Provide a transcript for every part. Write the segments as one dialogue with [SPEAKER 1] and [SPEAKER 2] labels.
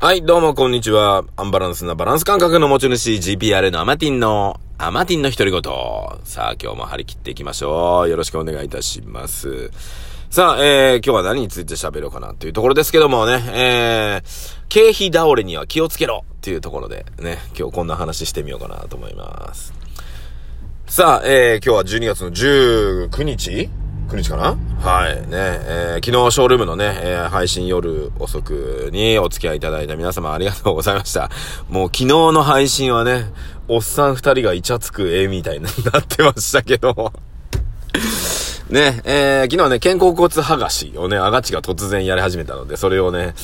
[SPEAKER 1] はい、どうもこんにちは。アンバランスなバランス感覚の持ち主 GPR のアマティンの独り言。さあ、今日も張り切っていきましょう。よろしくお願いいたします。さあ、今日は何について喋ろうかなっていうところですけどもね、経費倒れには気をつけろっていうところでね、今日こんな話してみようかなと思います。さあ、今日は12月の19日かな。はいね、昨日ショールームのね、配信夜遅くにお付き合いいただいた皆様ありがとうございました。もう昨日の配信はね、おっさん二人がイチャつく絵みたいになってましたけどね、昨日はね、肩甲骨剥がしをね、アガチが突然やり始めたので、それをね、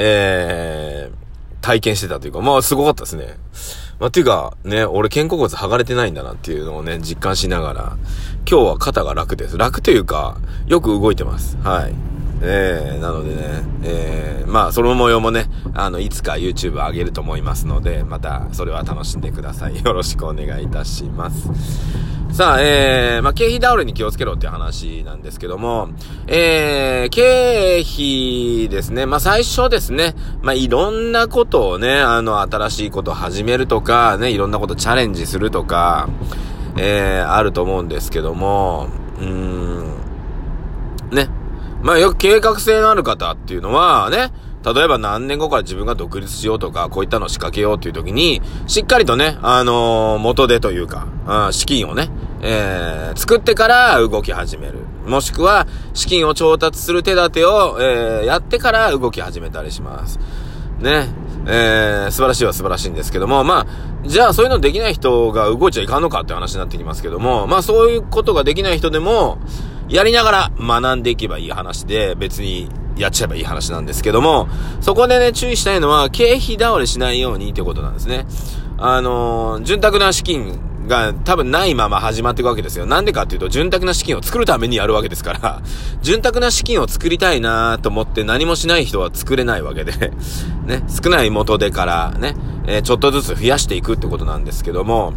[SPEAKER 1] 体験してたというか、まあすごかったですね。っていうかね、俺肩甲骨剥がれてないんだなっていうのをね、実感しながら、今日は肩が楽です。楽というか、よく動いてます。はい。なのでね、まあその模様もね、いつか YouTube 上げると思いますので、またそれは楽しんでください。よろしくお願いいたします。さあ、経費倒れに気をつけろっていう話なんですけども、経費ですね。最初ですね。いろんなことをね、新しいことを始めるとか、ね、いろんなことチャレンジするとか、あると思うんですけども、ね。よく計画性のある方っていうのはね、例えば何年後から自分が独立しようとか、こういったのを仕掛けようっていう時に、しっかりとね、元手というか、資金をね、作ってから動き始める。もしくは、資金を調達する手立てを、やってから動き始めたりします。ね。素晴らしいは素晴らしいんですけども、じゃあそういうのできない人が動いちゃいかんのかって話になってきますけども、そういうことができない人でも、やりながら学んでいけばいい話で、別にやっちゃえばいい話なんですけども、そこでね、注意したいのは、経費倒れしないようにってことなんですね。潤沢な資金が多分ないまま始まっていくわけですよ。なんでかっていうと、潤沢な資金を作るためにやるわけですから、潤沢な資金を作りたいなと思って何もしない人は作れないわけで、ね、少ない元手からね、ちょっとずつ増やしていくってことなんですけども、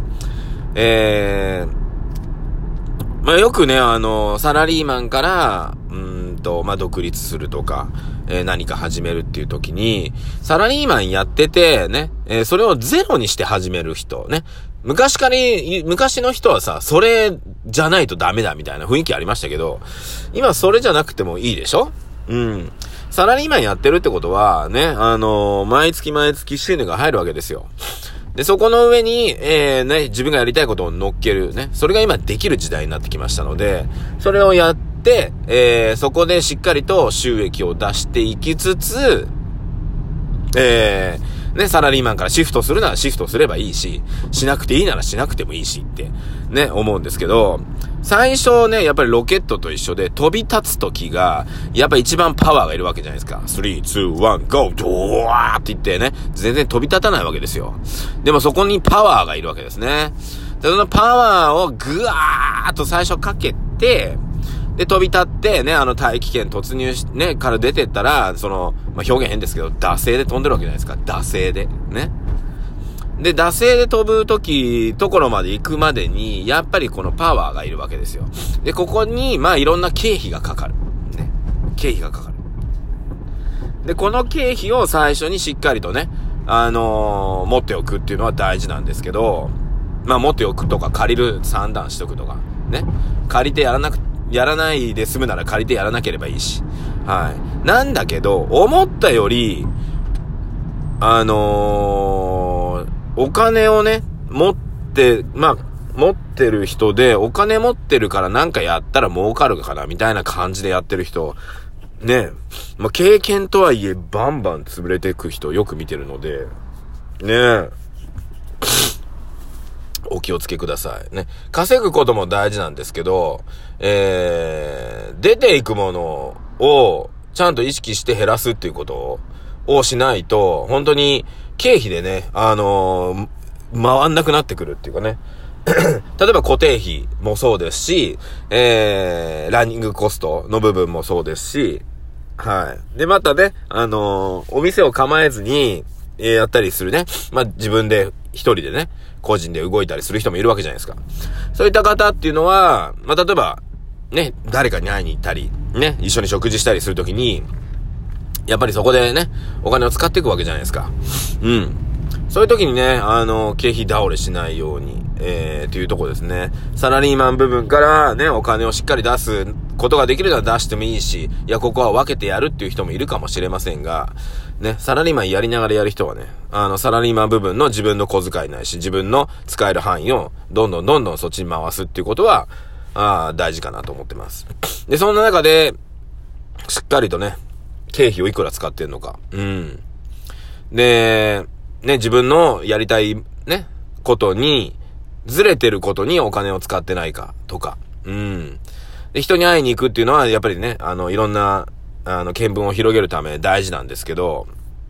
[SPEAKER 1] よくね、サラリーマンから、独立するとか、何か始めるっていう時に、サラリーマンやってて、ね、それをゼロにして始める人、ね。昔の人はさ、それじゃないとダメだみたいな雰囲気ありましたけど、今それじゃなくてもいいでしょ？サラリーマンやってるってことは、ね、毎月収入が入るわけですよ。で、そこの上に、自分がやりたいことを乗っける、ね。それが今できる時代になってきましたので、それをやって、そこでしっかりと収益を出していきつつ、サラリーマンからシフトするならシフトすればいいし、しなくていいならしなくてもいいしって、ね、思うんですけど、最初ね、やっぱりロケットと一緒で飛び立つ時が、やっぱ一番パワーがいるわけじゃないですか。3、2、1、GO! ドワーって言ってね、全然飛び立たないわけですよ。でもそこにパワーがいるわけですね。で、そのパワーをぐわーっと最初かけて、で、飛び立って、ね、大気圏突入し、ね、から出てったら、表現変ですけど、惰性で飛んでるわけじゃないですか。惰性で。ね。で、惰性で飛ぶところまで行くまでに、やっぱりこのパワーがいるわけですよ。で、ここに、いろんな経費がかかる。ね。経費がかかる。で、この経費を最初にしっかりとね、持っておくっていうのは大事なんですけど、持っておくとか借りる算段しとくとか、ね。借りてやらないで済むなら借りてやらなければいいし。はい。なんだけど、思ったより、お金をね、持ってる人で、お金持ってるからなんかやったら儲かるかな、みたいな感じでやってる人、ね、経験とはいえ、バンバン潰れていく人よく見てるので、ね、お気をつけください。ね。稼ぐことも大事なんですけど、出ていくものをちゃんと意識して減らすっていうことをしないと、本当に経費でね、回んなくなってくるっていうかね。例えば固定費もそうですし、ランニングコストの部分もそうですし、はい。で、またね、お店を構えずに、やったりするね。自分で一人でね、個人で動いたりする人もいるわけじゃないですか。そういった方っていうのは、例えば、ね、誰かに会いに行ったり、ね、一緒に食事したりするときに、 やっぱりそこでね、お金を使っていくわけじゃないですか。うん。そういう時にね、経費倒れしないように、っていうところですね。サラリーマン部分からね、お金をしっかり出すことができるなら出してもいいし、いや、ここは分けてやるっていう人もいるかもしれませんが、ね、サラリーマンやりながらやる人はね、サラリーマン部分の自分の小遣いないし、自分の使える範囲をどんどんそっちに回すっていうことは、大事かなと思ってます。で、そんな中で、しっかりとね、経費をいくら使ってんのか。うん。で、ね、自分のやりたいね、ことに、ずれてることにお金を使ってないか、とか。うん。で、人に会いに行くっていうのは、やっぱりね、いろんな、見聞を広げるため大事なんですけど、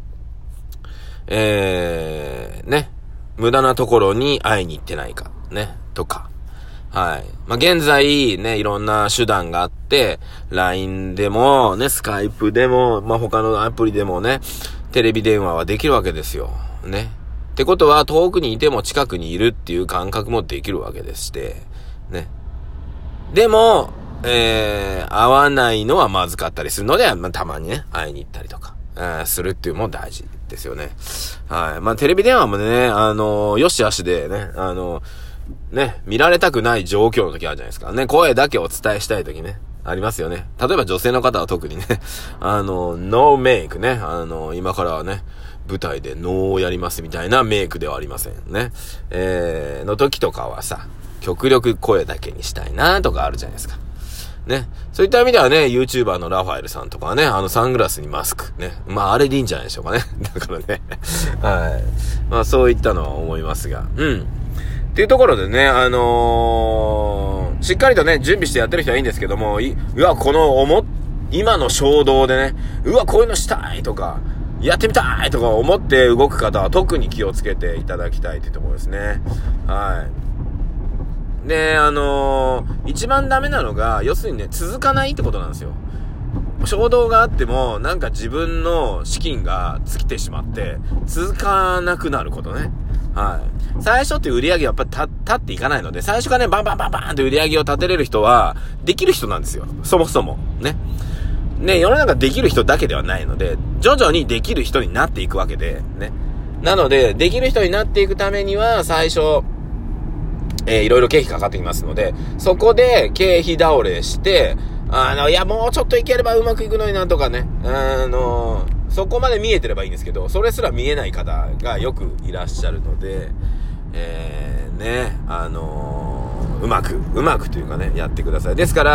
[SPEAKER 1] ね、無駄なところに会いに行ってないか、ね、とか。はい。まあ、現在ね、いろんな手段があって、LINE でも、ね、Skype でも、まあ、他のアプリでもね、テレビ電話はできるわけですよ。ね。ってことは、遠くにいても近くにいるっていう感覚もできるわけでして、ね。でも、会わないのはまずかったりするので、まあ、たまにね、会いに行ったりとか、するっていうのも大事ですよね。はい。まあ、テレビ電話もね、よしあしでね、ね、見られたくない状況の時あるじゃないですか。ね、声だけお伝えしたい時ね、ありますよね。例えば女性の方は特にね、ノーメイクね、今からはね、舞台でノーをやりますみたいなメイクではありませんね。の時とかはさ、極力声だけにしたいなとかあるじゃないですか。ね。そういった意味ではね、YouTuber のラファエルさんとかはね、サングラスにマスク。ね。まあ、あれでいいんじゃないでしょうかね。だからね。はい。まあ、そういったのは思いますが。うん。っていうところでね、しっかりとね、準備してやってる人はいいんですけども、うわ、今の衝動でね、うわ、こういうのしたいとか、やってみたいとか思って動く方は特に気をつけていただきたいというところですね。はい。で、一番ダメなのが、要するにね、続かないってことなんですよ。衝動があっても、なんか自分の資金が尽きてしまって、続かなくなることね。はい。最初って売り上げやっぱり立っていかないので、最初からね、バンバンって売り上げを立てれる人は、できる人なんですよ。そもそも。ね。ね、世の中できる人だけではないので、徐々にできる人になっていくわけで、ね。なので、できる人になっていくためには、最初、いろいろ経費かかってきますので、そこで経費倒れして、いや、もうちょっといければうまくいくのになんとかね、そこまで見えてればいいんですけど、それすら見えない方がよくいらっしゃるので、ね、うまくというかね、やってください。ですから、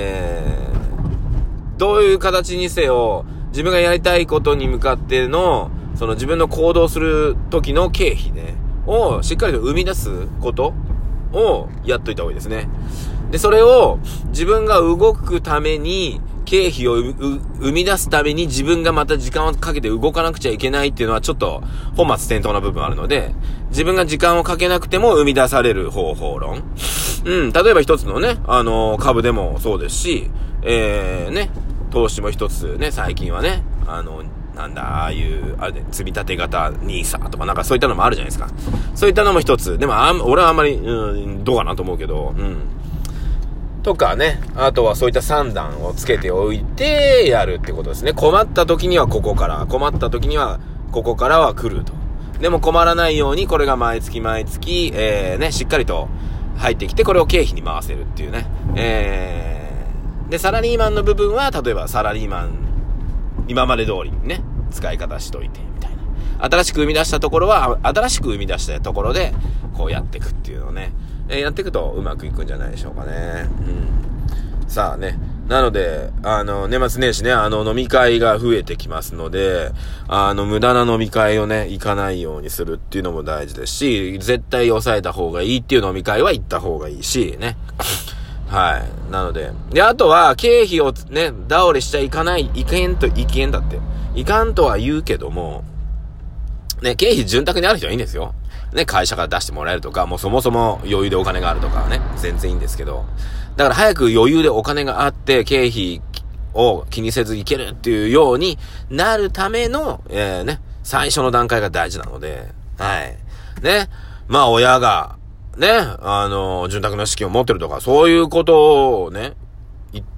[SPEAKER 1] どういう形にせよ、自分がやりたいことに向かっての、その自分の行動する時の経費ね、をしっかりと生み出すことをやっといた方がいいですね。で、それを自分が動くために、経費を生み出すために自分がまた時間をかけて動かなくちゃいけないっていうのはちょっと本末転倒な部分あるので、自分が時間をかけなくても生み出される方法論。例えば一つのね、株でもそうですし、ね、投資も一つね、最近はね、ああいう、あれね、積み立て型 NISA とかなんかそういったのもあるじゃないですか。そういったのも一つ。でも俺はあんまり、どうかなと思うけど、とかね、あとはそういった算段をつけておいてやるってことですね。困った時にはここから、困った時にはここからは来ると。でも困らないようにこれが毎月、ね、しっかりと入ってきて、これを経費に回せるっていうね。で、サラリーマンの部分は、例えばサラリーマン、今まで通りにね、使い方しといて、みたいな。新しく生み出したところは、新しく生み出したところで、こうやっていくっていうのをね、やっていくとうまくいくんじゃないでしょうかね。さあね。なので、年末年始ね、飲み会が増えてきますので、無駄な飲み会をね、行かないようにするっていうのも大事ですし、絶対抑えた方がいいっていう飲み会は行った方がいいし、ね。はい。なので。で、あとは、経費をね、倒れしちゃいかない、いけんだって。いかんとは言うけども、ね、経費潤沢にある人はいいんですよ。ね、会社から出してもらえるとか、もうそもそも余裕でお金があるとかね、全然いいんですけど。だから早く余裕でお金があって、経費を気にせずいけるっていうようになるための、ね、最初の段階が大事なので、はい。ね、まあ親が、ね、潤沢な資金を持ってるとか、そういうことをね、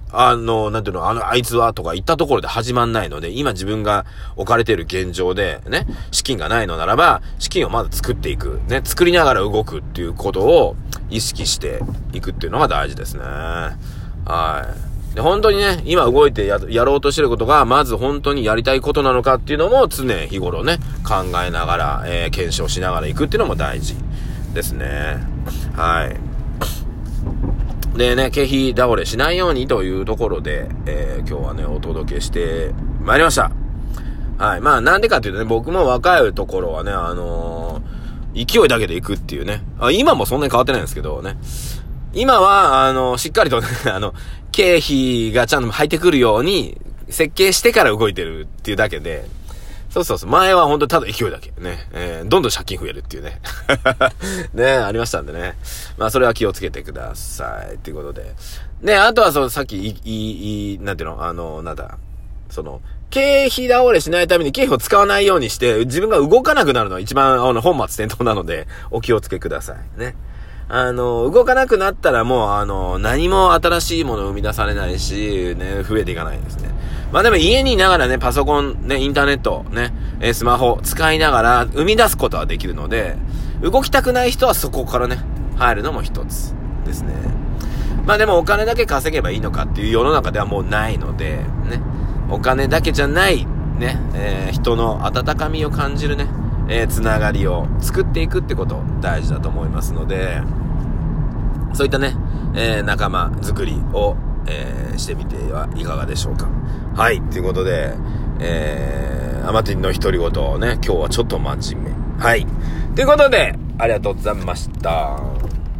[SPEAKER 1] なんていうの、あいつはとか言ったところで始まんないので、今自分が置かれている現状で、ね、資金がないのならば、資金をまず作っていく。ね、作りながら動くっていうことを意識していくっていうのが大事ですね。はい。で、本当にね、今動いてやろうとしてることが、まず本当にやりたいことなのかっていうのも常日頃ね、考えながら、検証しながらいくっていうのも大事ですね。はい。でね、経費倒れしないようにというところで、今日はね、お届けしてまいりました。はい。まあ、なんでかっていうとね、僕も若いところはね、勢いだけで行くっていうね。今もそんなに変わってないんですけどね。今は、しっかりとね、経費がちゃんと入ってくるように、設計してから動いてるっていうだけで、そう。前は本当にただ勢いだけ。ね。どんどん借金増えるっていうね。ね、ありましたんでね。まあ、それは気をつけてください。っていうことで。ね、あとはさっき、なんていうの、経費倒れしないために経費を使わないようにして、自分が動かなくなるのは一番、本末転倒なので、お気をつけください。ね。動かなくなったらもう、何も新しいものを生み出されないし、ね、増えていかないですね。まあでも家にいながらね、パソコン、ね、インターネット、ね、スマホ使いながら生み出すことはできるので、動きたくない人はそこからね、入るのも一つですね。まあでもお金だけ稼げばいいのかっていう世の中ではもうないので、ね、お金だけじゃない、ね、人の温かみを感じるね、つながりを作っていくってこと大事だと思いますので、そういったね、仲間作りを、してみてはいかがでしょうか。はい、ということで、アマティンの独り言をね、今日はちょっと真面目。はい。ということで、ありがとうございました。